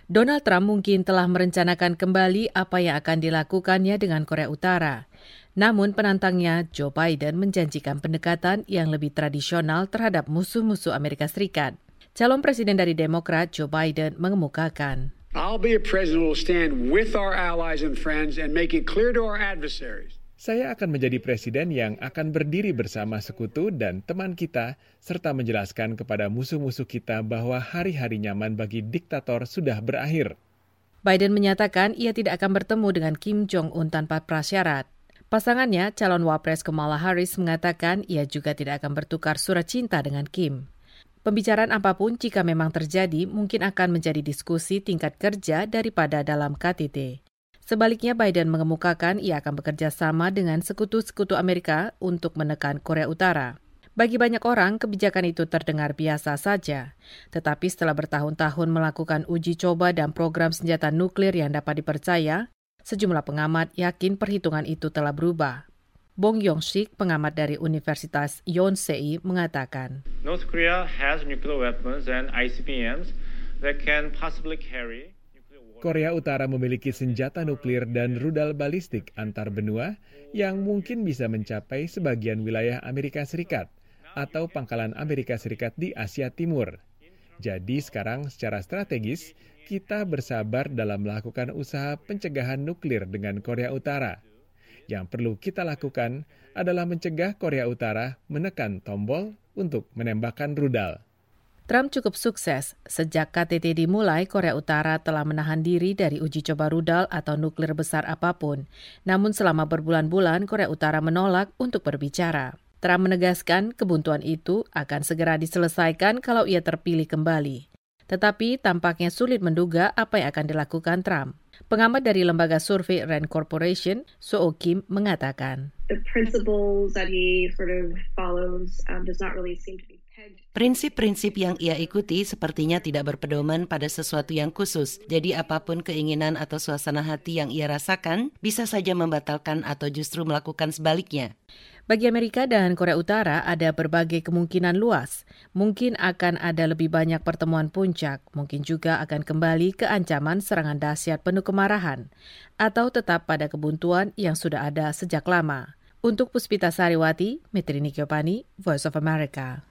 Donald Trump mungkin telah merencanakan kembali apa yang akan dilakukannya dengan Korea Utara. Namun penantangnya, Joe Biden, menjanjikan pendekatan yang lebih tradisional terhadap musuh-musuh Amerika Serikat. Calon presiden dari Demokrat, Joe Biden, mengemukakan, I'll be a president who will stand with our allies and friends and make it clear to our adversaries. Saya akan menjadi presiden yang akan berdiri bersama sekutu dan teman kita, serta menjelaskan kepada musuh-musuh kita bahwa hari-hari nyaman bagi diktator sudah berakhir. Biden menyatakan ia tidak akan bertemu dengan Kim Jong-un tanpa prasyarat. Pasangannya, calon wapres Kamala Harris, mengatakan ia juga tidak akan bertukar surat cinta dengan Kim. Pembicaraan apapun jika memang terjadi mungkin akan menjadi diskusi tingkat kerja daripada dalam KTT. Sebaliknya, Biden mengemukakan ia akan bekerja sama dengan sekutu-sekutu Amerika untuk menekan Korea Utara. Bagi banyak orang, kebijakan itu terdengar biasa saja. Tetapi setelah bertahun-tahun melakukan uji coba dan program senjata nuklir yang dapat dipercaya, sejumlah pengamat yakin perhitungan itu telah berubah. Bong Yong-sik, pengamat dari Universitas Yonsei, mengatakan, North Korea has nuclear weapons and ICBMs that can possibly carry. Korea Utara memiliki senjata nuklir dan rudal balistik antar benua yang mungkin bisa mencapai sebagian wilayah Amerika Serikat atau pangkalan Amerika Serikat di Asia Timur. Jadi sekarang secara strategis, kita bersabar dalam melakukan usaha pencegahan nuklir dengan Korea Utara. Yang perlu kita lakukan adalah mencegah Korea Utara menekan tombol untuk menembakkan rudal. Trump cukup sukses. Sejak KTT dimulai, Korea Utara telah menahan diri dari uji coba rudal atau nuklir besar apapun. Namun selama berbulan-bulan, Korea Utara menolak untuk berbicara. Trump menegaskan kebuntuan itu akan segera diselesaikan kalau ia terpilih kembali. Tetapi tampaknya sulit menduga apa yang akan dilakukan Trump. Pengamat dari lembaga survei Rand Corporation, Soo Kim, mengatakan, The principles that he sort of follows does not really seem to be. Prinsip-prinsip yang ia ikuti sepertinya tidak berpedoman pada sesuatu yang khusus. Jadi apapun keinginan atau suasana hati yang ia rasakan, bisa saja membatalkan atau justru melakukan sebaliknya. Bagi Amerika dan Korea Utara ada berbagai kemungkinan luas. Mungkin akan ada lebih banyak pertemuan puncak, mungkin juga akan kembali ke ancaman serangan dahsyat penuh kemarahan, atau tetap pada kebuntuan yang sudah ada sejak lama. Untuk Puspita Sariwati, Metrini Kyopani, Voice of America.